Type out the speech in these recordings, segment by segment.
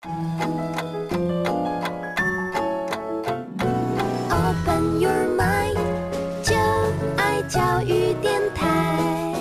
Open your mind， 就爱教育电台。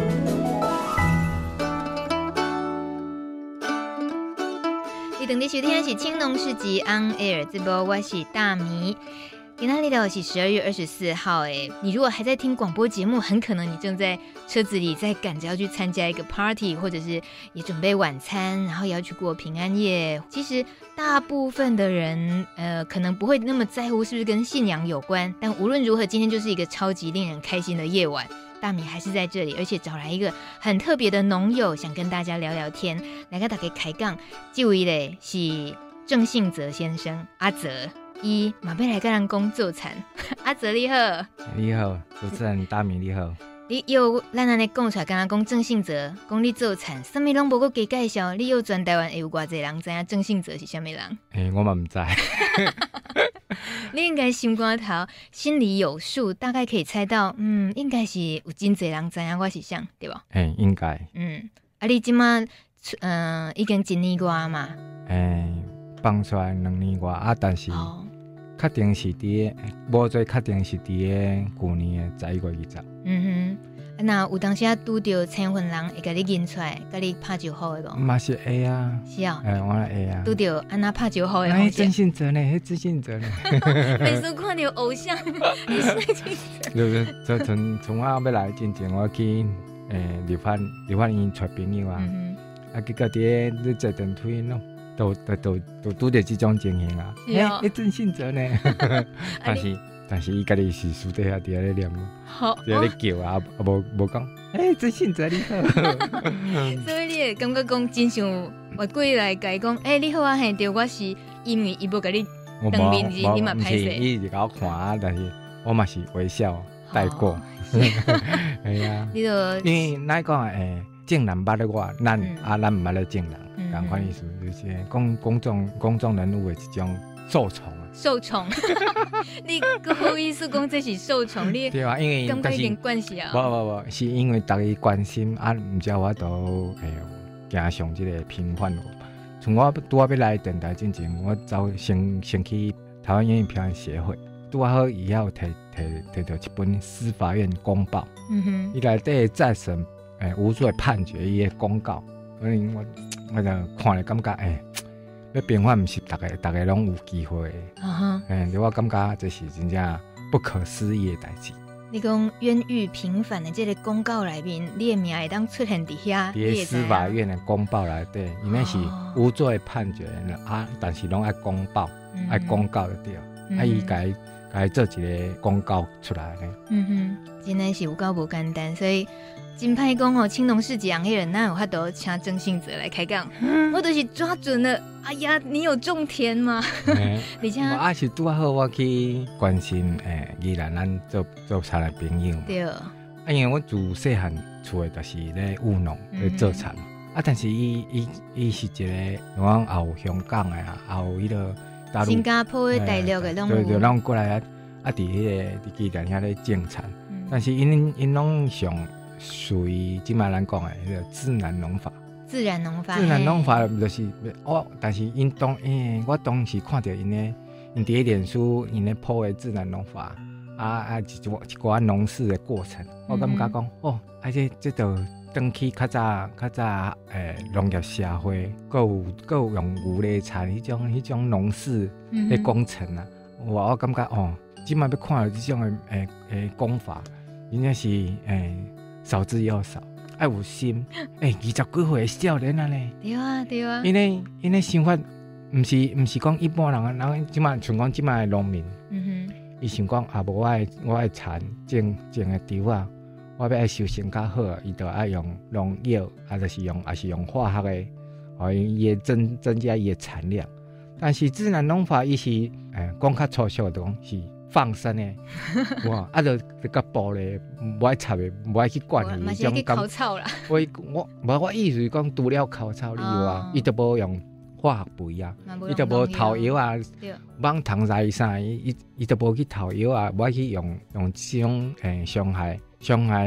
你等的收听的是青农市集 On Air 直播，我是大米。今天的是12月24号诶，你如果还在听广播节目，很可能你正在车子里在赶着要去参加一个 party， 或者是也准备晚餐，然后也要去过平安夜。其实大部分的人可能不会那么在乎是不是跟信仰有关，但无论如何，今天就是一个超级令人开心的夜晚。大米还是在这里，而且找来一个很特别的农友，想跟大家聊聊天，来跟大家开讲。这位咧是郑信泽先生，阿泽。伊嘛要来跟人讲做田，阿泽你好， 你好，主持人大米你好。 你又咱安尼讲出来，跟人讲郑信泽，讲你做田，什么拢无个给介绍，你又全台湾会有偌济人知影郑信泽是什么人？ 我嘛唔知。 你应该心肝头心里有数，大概可以猜到，应该是有真济人知影我是谁，对吧？ 应该。 你即马已经1年多嘛？ 放出来2年多啊，但是确定是伫个，无最确定是伫个去年的11月20。 那有当时拄到千份人会甲你认出来，甲你拍招呼的无？ 嘛是会啊。 是啊。 我会啊。 拄到安那拍招呼的方式。 真信泽呢？迄真信泽呢？ 每次看到偶像，你是真信泽。 就是从我要来之前，我去立法院找朋友啊，结果伫个坐电梯咯。都拄着这种情形啊！真信泽呢？但是伊家己是私底下伫咧念咯，伫咧叫啊，无讲真信泽你好。 所以你会感觉讲真想我过来甲伊讲，你好啊，对，我是因为伊无甲你当面字，你嘛歹势。 伊就甲我看啊，但是我嘛是微笑带过。哎呀，因为哪讲正人捌咧我，咱唔捌咧正人。同款意思就是公众人物的一种受宠啊， 受宠。你好意思讲这是受宠？你对啊，因为感觉一点关系啊？ 无，是因为大家关心啊，唔知我都行上这个平凡路。从我拄要来电台之前，我走先去台湾演艺表演协会，拄好以后摕到一本司法院公报，伊内底再审无罪判决伊的公告，我就看了感觉要平反不是大家拢有机会的，我感觉这是真正不可思议的代志。 你讲冤狱平反的这个公告内面，你的名会当出现伫遐？ 伫司法院的公报内底，因为是无罪判决啊，但是拢爱公报，爱公告就对，伊该做一个公告出来呢。 真的是有够无简单，所以。真歹讲哦，青农市集人哪有法度请郑信泽来开讲？我都是抓准了。哎呀，你有种田吗？而且我是拄好，我去关心宜兰咱做田的朋友。 对。 因为我自细汉厝的就是咧务农咧做田啊，但是伊是一个讲也有香港的啊，也有迄个大陆、 新加坡的、大陆的拢有。 对，拢过来啊，伫迄个宜兰遐咧种田，但是因拢上。属于即摆咱讲的迄个自然农法。 自然农法就是但是我当时看到因伫脸书因咧 po 的自然农法一寡农事的过程，我感觉讲这就回去较早农业社会，各有用有咧产迄种农事的工程啊，我感觉即摆要看到这种的功法，真正是少之又少，爱有心。20几岁的少年啊呢？ 对啊。 因为想法，唔是讲一般人即摆像讲即摆的农民，伊想讲无我爱田种的稻啊，我要爱收成较好，伊就爱用农药，还是用化学的，互伊增加伊的产量。但是自然农法伊是讲较粗俗的讲是。放生的，哇！就甲布咧，无爱插的，无爱去管伊。 嘛是去烤草啦。 我意思是讲，除了烤草以外，伊就无用化学肥啊，伊就无头药啊，蠓虫在啥，伊就无去头药啊，无去用这种伤害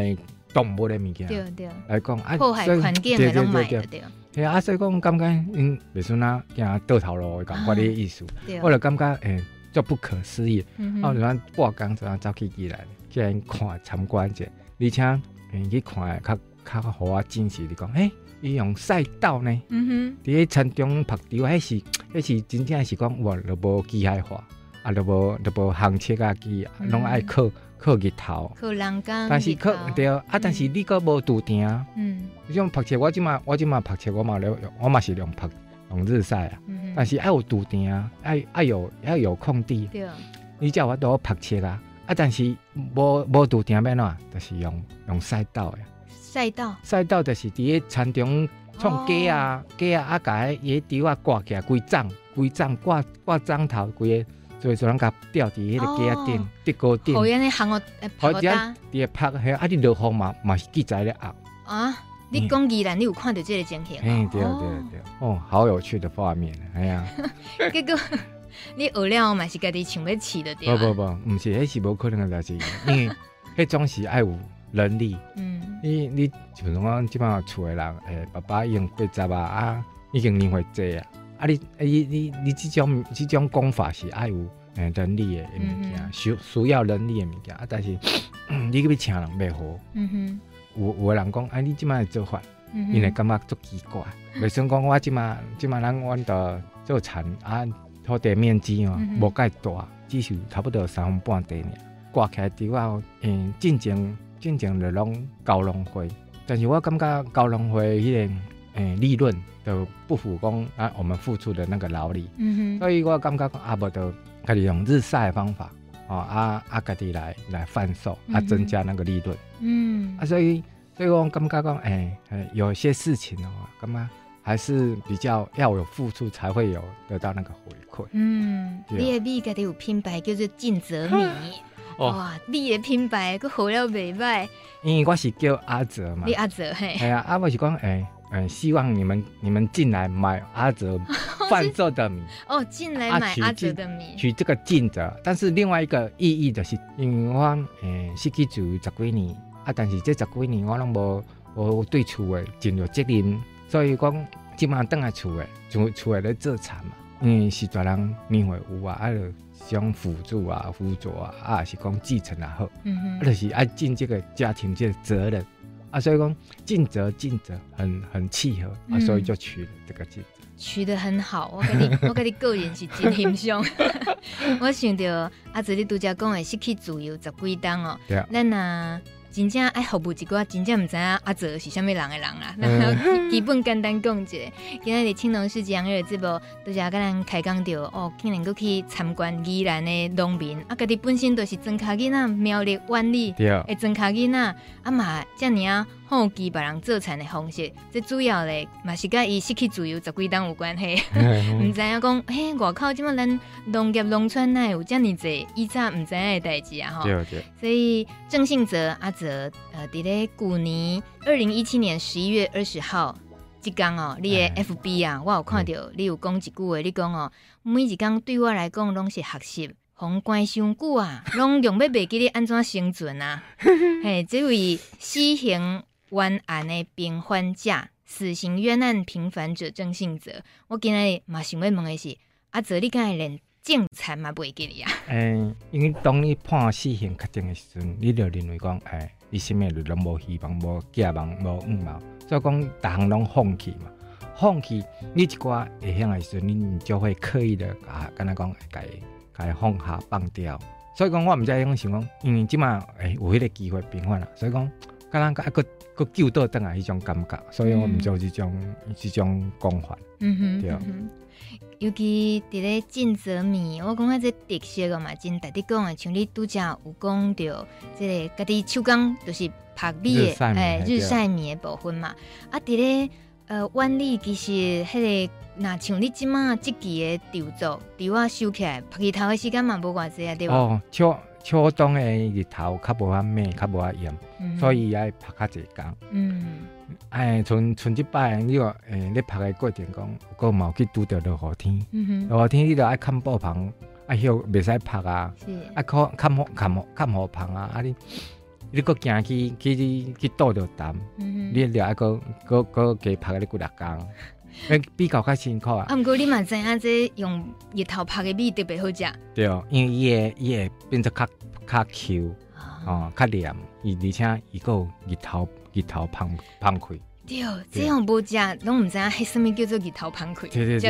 动物的物件对对， 来讲， 破坏环境的拢卖的对。 嘿啊，所以讲感觉因袂算啊行倒头路的感觉的意思，我就感觉足不可思议。我就咱半工就走去宜兰，去因看参观者，而且去看较互我惊喜，你讲伊用赛道呢，伫咧田中拍潮，迄是真正是讲哇，都无机械化，啊，都无行车啊机，拢爱靠日头， 靠人工， 但是对啊，但是你个无拄定，迄种拍车我即马拍车我嘛是用日晒啊，但是爱有拄定，爱有空地， 对， 你叫我都拍车啊，但是无拄定要哪，就是用赛道的。赛道就是伫咧田中创架啊，甲伊迄潮啊挂起来，规帐挂帐头，规个所以说咱甲吊伫迄个架顶，伫高顶。 好样的行哦，拍个搭。 伫拍迄啊，你落雨嘛是记载咧压。 啊，你讲宜兰，你有看到这个情形？ 对，哦，好有趣的画面，哎呀。 结果你学了嘛是家己想要饲的对吧？不是，迄是无可能的代志，因为迄种是爱有人力。你像讲即摆厝的人，爸爸已经80啊，已经年岁济啊，你这种讲法是爱有人力的物件，需要人力的物件啊，但是你去请人袂好。有的人讲，你即摆做法，因会感觉足奇怪。袂算讲我即摆阮着做田啊，土地面积无介大，只是差不多3分半地尔，挂起来伫我进前就拢高农会，但是我感觉高农会迄个利润都不符讲我们付出的那个劳力，所以我感觉讲无就家己用日晒的方法家己来贩售增加那个利润，所以我感觉讲有些事情感觉还是比较要有付出才会有得到那个回馈。 你的米家己有品牌叫做尽泽米。哇，你的品牌佫好了袂歹， 因为我是叫阿泽嘛。 你阿泽嘿。 系啊，我是讲希望你们进来买阿泽贩售的米。 进来买阿泽的米。 取这个尽责，但是另外一个意义就是，因为我失去自由10几年但是这10几年我拢无对厝的尽了责任，所以讲即马转来厝的咧做田嘛，因为是大人年岁有种辅助辅佐还是讲继承也好，就是爱尽这个家庭这个责任所以讲尽责很契合所以就取了这个尽责。 取得很好，我跟你个人是真欣赏。我想到阿泽你拄则讲的失去自由10几冬咱真正爱服务一寡真正唔知影阿泽是啥物人的人啦。咱基本简单讲一下，今日青农市集2节目，拄则甲咱开讲到竟然佫去参观宜兰的农民家己本身就是庄脚囡仔苗栗湾里的庄脚囡仔嘛遮尔好奇别人做田的方式，这主要咧嘛是甲伊失去自由10几冬有关系。唔知影讲外口即摆咱农业农村哪有遮尔济以前唔知影的代志对。 所以郑信泽阿泽伫咧去年2017年11月20号即天你的 FB 我有看到你有讲一句话，你讲每一天对我来讲拢是学习。红关伤久拢用要袂记你安怎生存这位死刑冤案的平反者，死刑冤案平反者郑信泽，我今日嘛想要问的是，阿泽你敢会连种田嘛袂记你因为当你判死刑确定的时阵，你就认为讲你生命拢无希望、无寄望、无愿望，所以讲逐项拢放弃嘛。放弃你一寡会晓的时阵，你就会刻意的敢若讲甲伊放下放掉。所以讲我毋知影想讲，因为即马有迄个机会平反啦，所以讲敢若佫救倒转来迄种感觉，所以我毋做即种讲法。对。 尤其伫咧尽泽米，我感觉这特色嘛，真值得讲的。像你拄则有讲到，这个家己手工就是拍米的日晒米的部分嘛。伫咧湾里其实迄个，那像你即马即期的稻作，伫我收起来拍日头的时间嘛无偌济对吧？ 秋冬的日头较无遐猛，较无遐炎，所以爱拍较济工。像即摆你话咧拍的过程讲，有嘛有去拄着落雨天，落雨天你就爱看布棚，迄袂使拍看雨棚你你搁行去倒着淡，你了还搁加拍你几六工，比较较辛苦啊。 啊，毋过你嘛知影这用日头拍的米特别好食。 对，因为伊会变作较 Q， 较黏，而且伊个日头芳开。 对，这样无食，拢毋知影迄什么叫做日头芳开， 对，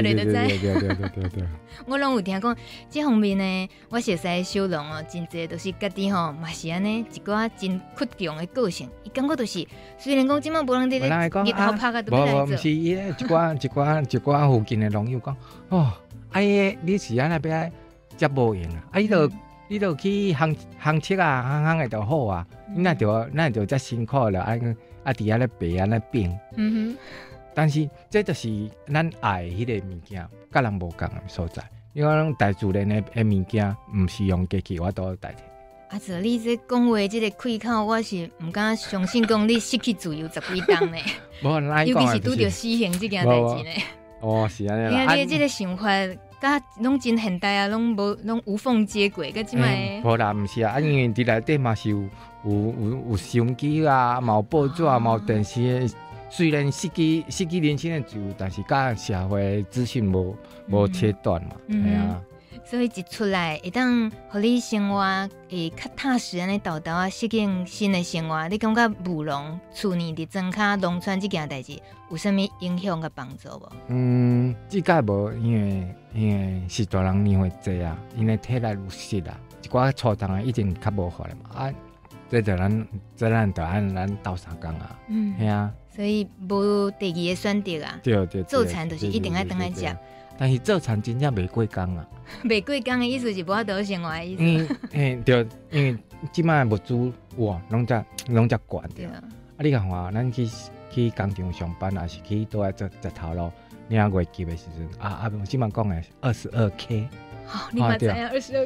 我拢有听讲，这方面呢，我熟悉小龙哦，真侪都是家己吼，嘛是安尼一寡真倔强的个性。伊感觉就是，虽然讲即马无人伫咧日头拍啊，都要来做。 无，毋是伊一寡附近的农友讲，哦，你是安那边接无用啊？你就去行车啊，行的就好啊。咱就遮辛苦了，伫遐咧白安咧变。但是这就是咱爱迄个物件，甲人无共的所在。因为咱大自然的物件，毋是用机器我都代替。 啊，做你这讲话这个开口，我是毋敢相信讲你失去自由10几冬呢。尤其是拄着死刑这件代志呢。 哦，是安尼啦。 你这个想法，甲拢真现代啊，拢无缝接轨，甲即摆。 无啦，毋是啊，因为伫内底嘛是有收音机啊，嘛有报纸啊，嘛有电视的。虽然失去人生的自由，但是甲社会资讯无切断嘛，系啊。 所以一出来会当，互你生活会较踏实安尼豆豆啊，适应新的生活。你感觉务农去年伫庄脚农村这件代志有啥物影响甲帮助无？ 即届无，因为是大人年岁济啊，因为体力有失啊，一寡初档的已经较无法了嘛。啊，这咱就按咱斗相共啊，系啊。 所以无第二个选择啊。 对， 做餐就是一定要等来食。 但是做餐真正袂过工啊！ 袂过工的意思是无法度生活的意思。 对，因为即摆物资哇，拢遮悬对。啊，你看吼，咱去工厂上班，还是去倒来做石头路，领月级的时阵，即摆讲的22K。 你嘛知影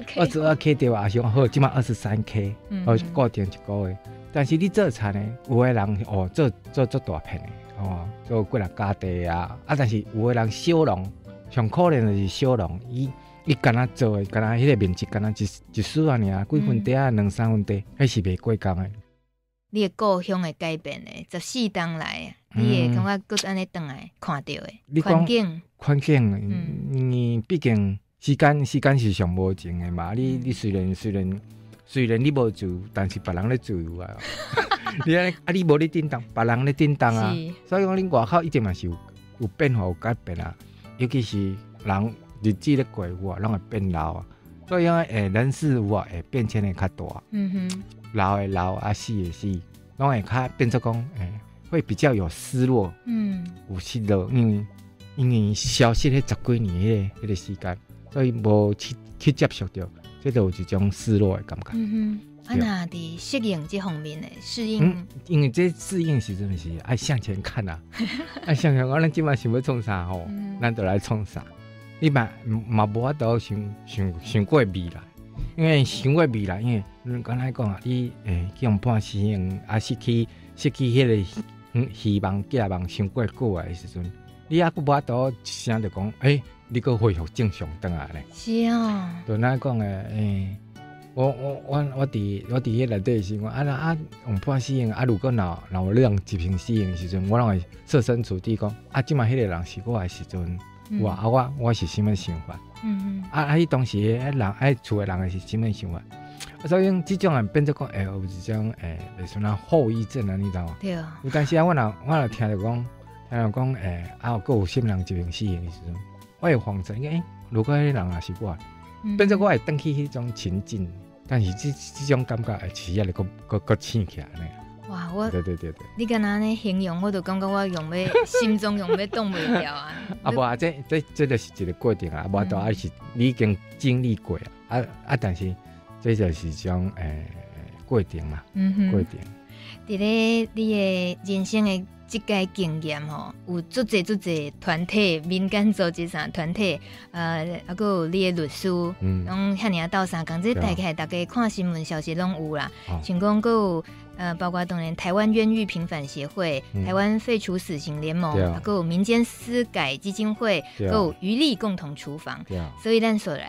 22K 对啊，是好，即摆23K，固定一个月。但是你做餐呢，有的人做大片的做几6家地啊，但是有的人小农。上可怜的是小农，伊干那做的，干那迄个面积，干那一丝啊尔，几分地啊，2-3分地，迄是袂过工的。 你的故乡会改变的，14冬来，你会感觉搁安尼转来看到的环境， 因为毕竟时间是上无情的嘛。你虽然你无自由，但是别人咧自由啊。你无咧叮当，别人咧叮当啊。所以讲，恁外口一定嘛是有变化、有改变啊。尤其是人日子咧过有啊，拢会变老啊，所以讲人事有啊会变迁会较大。老的老啊，死的死，拢会较变作讲会比较有失落。有失落，因为消失迄10几年迄个时间，所以无去接受到，这就有一种失落的感觉。 啊，那伫适应这方面的适应， 因为这适应时阵是爱向前看啊，爱向前看，咱今晚想要创啥吼，咱就来创啥。你嘛无法度想过未来，因为想过未来，因为刚才讲啊，你去用半适应啊，失去迄个希望、寄望，想过久的时阵，你也无法度一声就讲，你搁恢复正常转来咧。 是啊， 就咱讲的我伫迄内底时，我用半适应如果有人一平适应的时阵，我拢会设身处地讲即摆迄个人是我的时阵，我是什么想法？迄当时人厝的人是什么想法？所以即种人变做讲有一种类似后遗症啊，你知道吗？ 对啊。 有当时我若听着讲，佫有什么人一平适应的时阵，我会慌张，如果迄个人也是我，变做我会回去迄种情境。但是这种感觉是也佫醒起来呢。 哇， 对， 你敢若安尼形容，我就感觉我心中要挡袂了啊！ 无啊，这就是一个过程啊，无都是你已经经历过啊，但是这就是一种过程嘛，过程。 伫咧你的人生的这个经验吼，有足侪团体、民间组织啥团体，还有你的律师，拢遐尔斗相共，这大概大家看新闻消息拢有啦。像讲还有包括当然台湾冤狱平反协会、台湾废除死刑联盟，还有民间司改基金会，还有余力共同厨房。所以咱说来，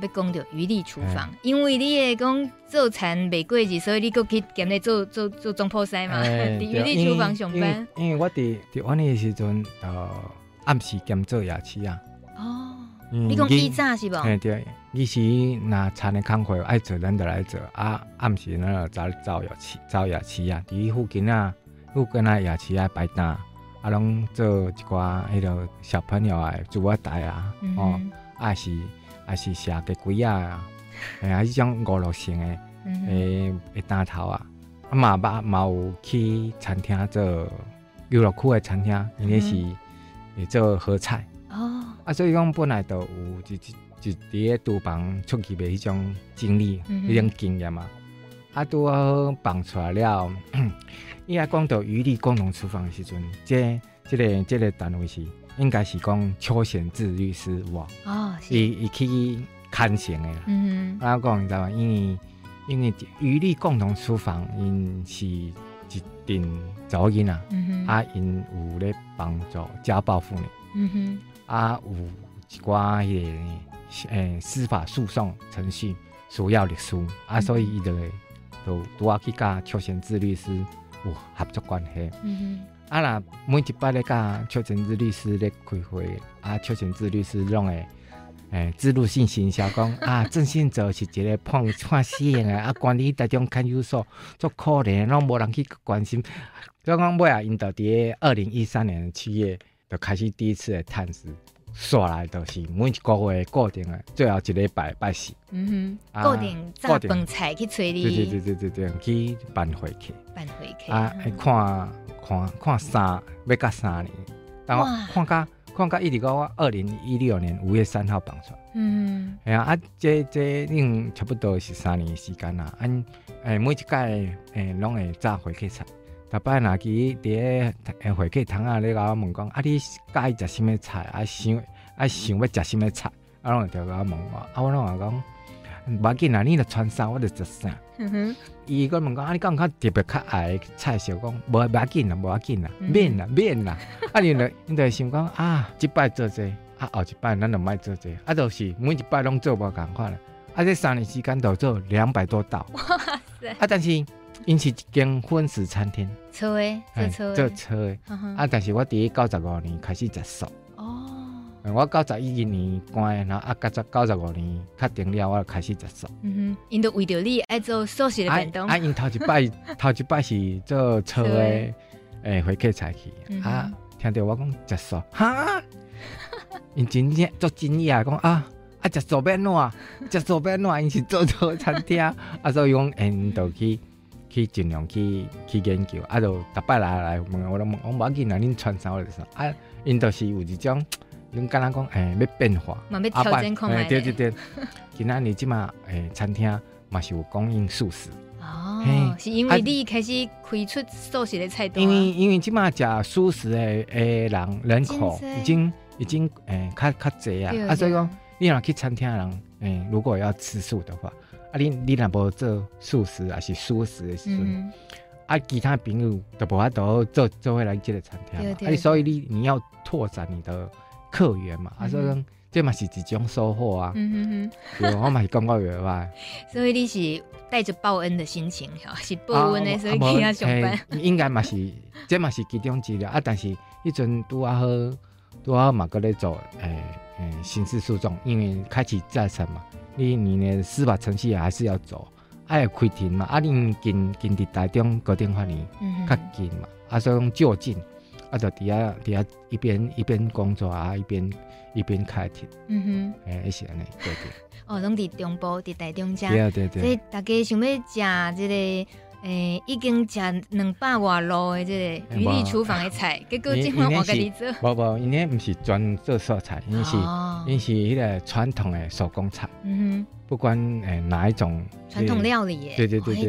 要讲到鱼力厨房，因为你的讲做餐袂过日，所以你搁去兼咧做总铺师嘛，伫鱼力厨房上班。 因为我伫阮的时阵，暗时兼做夜市啊。 哦，你讲以早是无？ 嘿对，以时若餐的工课爱做，咱就来做啊。暗时咱就走夜市啊，伫附近啊夜市啊摆摊，啊拢做一寡迄个小朋友的煮仔台啊，还是写鸡龟啊，迄种娱乐性的诶摊头啊，嘛有去餐厅做游乐区的餐厅，因为是会做合菜。哦，所以讲本来就有一伫个厨房出去的迄种经历，迄种经验嘛。拄好放出来了。伊来讲到鱼力共同厨房的时阵，这个单位是应该是讲邱显志律师哇。哦，伊去看成的啦。我讲你知道吗？因为鱼力共同厨房，因是一定查某囡仔，因有咧帮助家暴妇女。有一寡司法诉讼程序需要律师，所以伊就拄啊去甲邱显志律师有合作关系。若每一摆咧甲邱显志律师咧开会，邱显志律师拢会植入性行销讲郑信哲是一个判死刑的，管理台中看守所足可怜，拢无人去关心。所以讲尾因就伫2013年7月。就开始第一次的探视，刷来就是每一个月固定的最后一礼拜拜四， 固定炸饭菜去找你， 对，去办会客， 会看3要到3年，然后看到一直到我2016年5月3号放出，这差不多是3年的时间啦。每一届拢会炸会客菜。逐摆若去伫个会客堂咧甲我问讲，你喜欢食什么菜？想要食什么菜？拢会着甲我问我，我拢话讲，无要紧啦，你著穿啥我著食啥。伊个问讲，你敢有特别较爱的菜色？讲无要紧啦，免啦。你著想讲即摆做这，后一摆咱就莫做这，就是每一摆拢做无共款啦。这3年时间就做200多道。哇塞！但是。因是一间荤食餐厅， 做错的， 但是我伫95年开始食素。哦，我91年关，然后95年确定了，我就开始食素。 因都为着你爱做素食的便当。 因头一摆是做错的，回客菜去。听到我讲食素，哈，因真正做惊讶讲食素变怎？因是做错餐厅，所以讲因就去尽量去研究，就逐摆来问我都问，我无要紧啦，恁穿啥我就啥。因就是有一种，敢若讲要变化， 嘛要挑战看卖。 对。今仔日即马餐厅嘛是有供应素食。 哦，是因为你开始开出素食的菜单。 因为即马食素食的人口已经较济啊，所以讲你若去餐厅人如果要吃素的话。你若无做素食还是素食的时阵，其他朋友就无法度做回来这个餐厅，所以你要拓展你的客源嘛，所以讲这嘛是一种收获啊。对，我嘛是感觉袂歹。所以你是带着报恩的心情，是报恩的，所以去遐上班。 应该嘛是，这嘛是其中之一但是迄阵拄啊好嘛，搁咧做刑事诉讼，因为开启再审嘛。你的司法程序还是要走，要开庭嘛。你近伫台中高等法院较近嘛，所以讲就近，就伫遐一边工作一边开庭。是安尼，对。 拢伫中部，伫台中遮。 对。 所以大家想要食这个。已经食200外路的这个鱼力厨房的菜，结果今晚我家己做。 无，因迄毋是专做素菜，因是迄个传统的手工菜。不管哪一种传统料理耶。 对，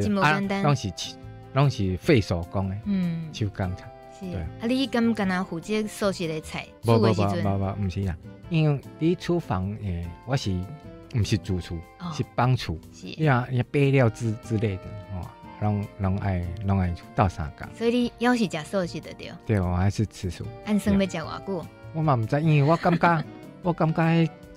拢是废手工的，手工菜。 是。你敢负责素食的菜？ 无，毋是啦，因为你厨房我是毋是主厨，是帮厨，你备料之类的拢爱到3工， 所以你要是食素食的对， 我还是吃素。 按算要食偌久？ 我嘛唔知，因为我感觉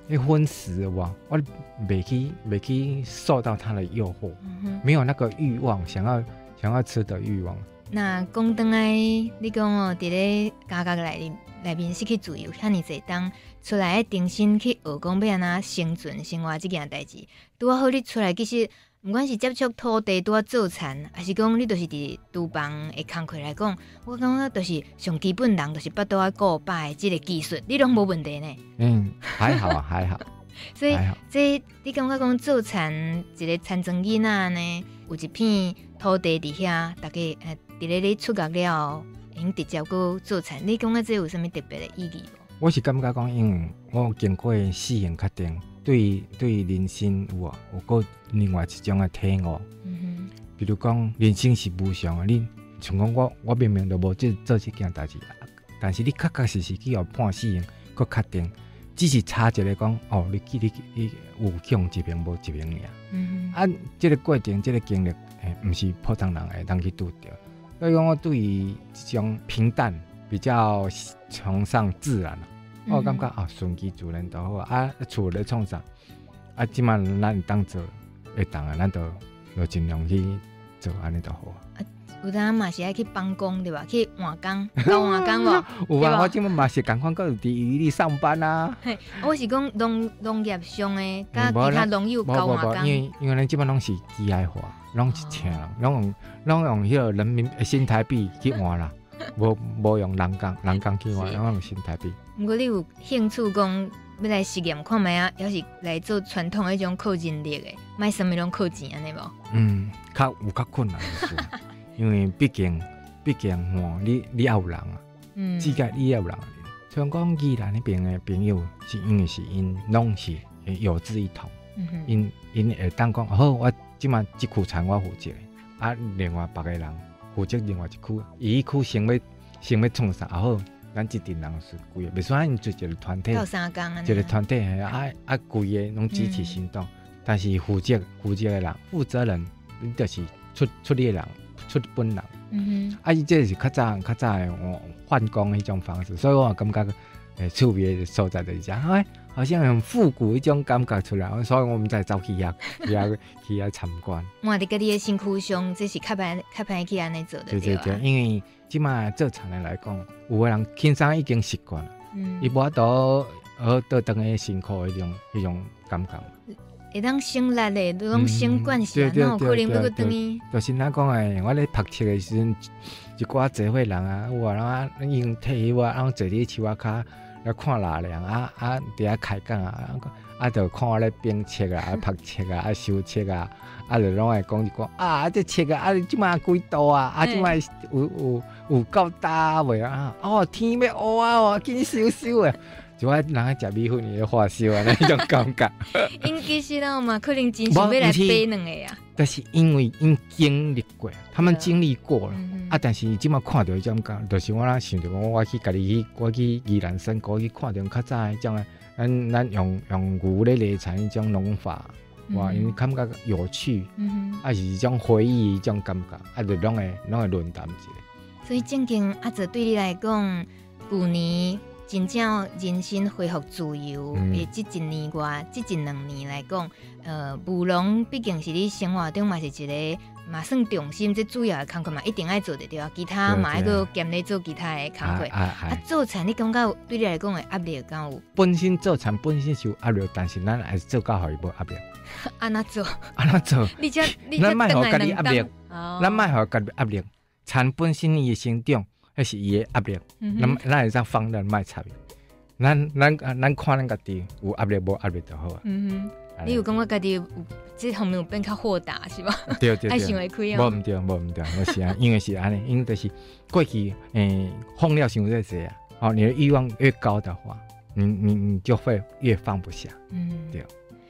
那荤食有无，我袂去受到它的诱惑，没有那个欲望，想要吃的欲望。 那讲回来，你讲哦，伫咧家内面失去自由，遐尼侪当出来重新去学讲要安怎生存生活这件代志，拄好你出来其实。不管是接触土地拄啊做田，还是讲你就是伫厨房的工课来讲，我感觉就是上基本人就是巴肚啊顾饱的这个技术，你拢无问题呢。 还好啊，还好。 所以这你感觉讲做田一个田庄囡仔呢，有一片土地伫遐，大家伫咧你出国了，用直接去做田，你感觉这有啥物特别的意义无？ 我是感觉讲，因为我经过4项决定。对人生有个另外一种的体悟。比如讲，人生是无常的，你像讲我明明就无做这件代志，但是你确实去有判4项，佮确定，只是差一个讲哦，你有向一边无一边尔。这个过程，这个经历，不是普通人会当去拄到。所以讲，我对于这种平淡，比较崇尚自然。我感觉顺其自然就好啊！厝咧创啥即摆咱当做会当咱就尽量去做安尼就好有当嘛是爱去帮工对吧？去换工，搞换工无？ 有啊，我即摆嘛是共款，搁伫鱼里上班啊。 我是讲农业上诶，甲其他农友搞换工。 因为咱即摆拢是机械化，拢是请人，拢用迄个人民新台币去换啦。无用人工去换，用新台币。 不过你有兴趣讲要来实验看卖啊，要是来做传统迄种靠人力的，卖什么拢靠钱安尼无？ 较困难的事，因为毕竟你要有人啊，世界你要有人。像讲宜兰那边的朋友，是因为因拢是有志一同，因会当讲好，我即马这区田我负责，另外别个人。负责另外一区，伊区想要创啥也好，咱一群人是规个，袂算因做一个团体，一个团体规个拢支持行动。但是负责的人，负责人，你就是出力的人，出本人。伊这是较早的换工迄种方式，所以我感觉趣味的所在就是讲，好像很复古一种感觉出来，所以我们才走去遐参观。 哇！伫家己的身躯上，这是较歹去安尼做的。 对，因为即马做田的来讲，有个人轻松已经习惯了，伊无法度倒当个辛苦迄种感觉。 会当生力的，都拢生惯势，哪有可能要去等于？ 就是咱讲诶，我咧读册的时阵，一寡社会人啊，有啊，用退休啊，然后坐伫树仔骹。来看纳凉伫遐开讲就看我咧编册啊、读册啊、修册啊，就拢会讲一讲这册你即摆几度即摆有够大未天要乌紧收就我人食米粉伊咧化烧那种感觉。 因其实嘛，可能真想要来买两个啊。 但是因为因经历过，他们经历过了但是即马看到迄种感，就是我想着讲，我去宜兰山谷去看到较早迄种咱用牛咧犁田迄种农法，因感觉有趣，是一种回忆，一种感觉，就拢会论谈一下。 所以正经就对你来讲，去年。真正人生恢复自由的这1年外，这1、2年来讲，务农毕竟是你生活中嘛是一个嘛算重心，这主要的工作嘛一定爱做得到，其他嘛还个兼咧做其他的工作。做田你感觉对你来讲的压力敢有？ 本身做田本身是有压力，但是咱还是做到互伊无压力。 安怎做？你咱莫互家己压力，咱莫互家己压力。田本身伊的生长。迄是伊的压力，咱会当放任，莫插伊。咱看咱家己有压力无压力就好啊。 你有感觉家己有这方面有变较豁达是吧？ 对， 爱想会开啊。 无毋对，就是因为是安尼，因为就是过去放了伤这些你的欲望越高的话，你就会越放不下。对。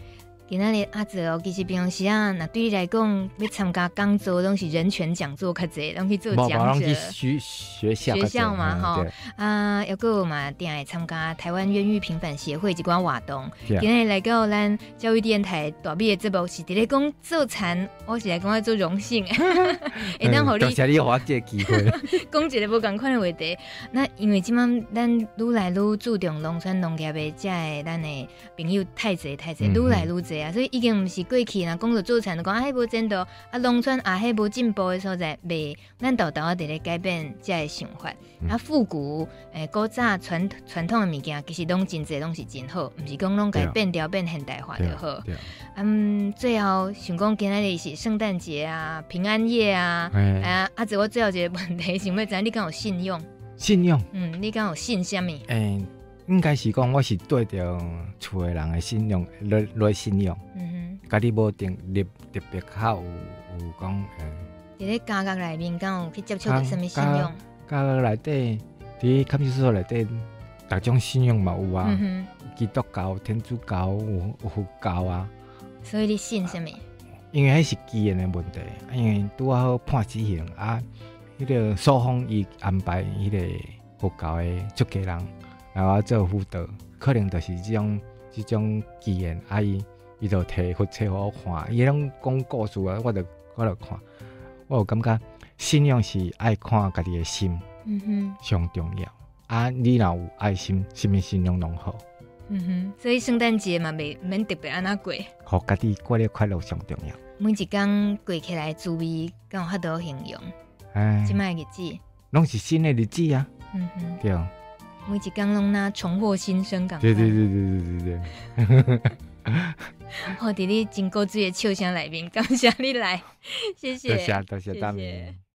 今仔日阿泽哦，其实平常时啊，那对你来讲，要参加讲座拢是人权讲座较济，拢去做讲者。 拢去学校嘛吼啊，又个嘛定会参加台湾冤狱平反协会一寡活动。今日来到咱教育电台大米的节目是伫咧讲做残，我是来讲做荣幸，会当互你。 多谢你互我这个机会。 讲一个无共款的话题，那因为即摆咱愈来愈注重农村农业的遮个咱的朋友太济，愈来愈济啊，所以已经毋是过去啦，讲到做田就讲迄无前途，啊农村啊迄无进步的所在，袂咱豆豆啊伫咧改变遮个想法，啊复古古早传统的物件，其实拢真济拢是真好，毋是讲拢改变掉变现代化就好。最后想讲今仔日是圣诞节啊、平安夜啊，这我最后一个问题想要知你敢有信用？ 信用？ 你敢有信啥物？ 应该是讲我是对着厝的人的信用来信用。家己无定立特别较有讲伫咧家庭内面敢有去接触到什么信用？ 家庭内底伫看守所内底，各种信用嘛有啊，基督教、天主教、有佛教啊。所以你信什么？ 因为迄是基因的问题，因为拄好判死刑啊，迄个守方伊安排迄个佛教的出家人来我做辅导，可能就是这种基因啊伊就摕佛册互我看，伊拢讲故事啊，我就看，我有感觉信用是爱看家己的心，上重要。啊，你若有爱心，什么信用拢好。 所以圣诞节嘛，免特别安那过， 互家己过得快乐上重要。 每一天过起来滋味，敢有遐多形容？即摆日子， 拢是新的日子啊。对。 每一天拢拿重获新生感。 对。 好，伫你真古锥的笑声内面，感谢你来，谢谢， 多谢大明。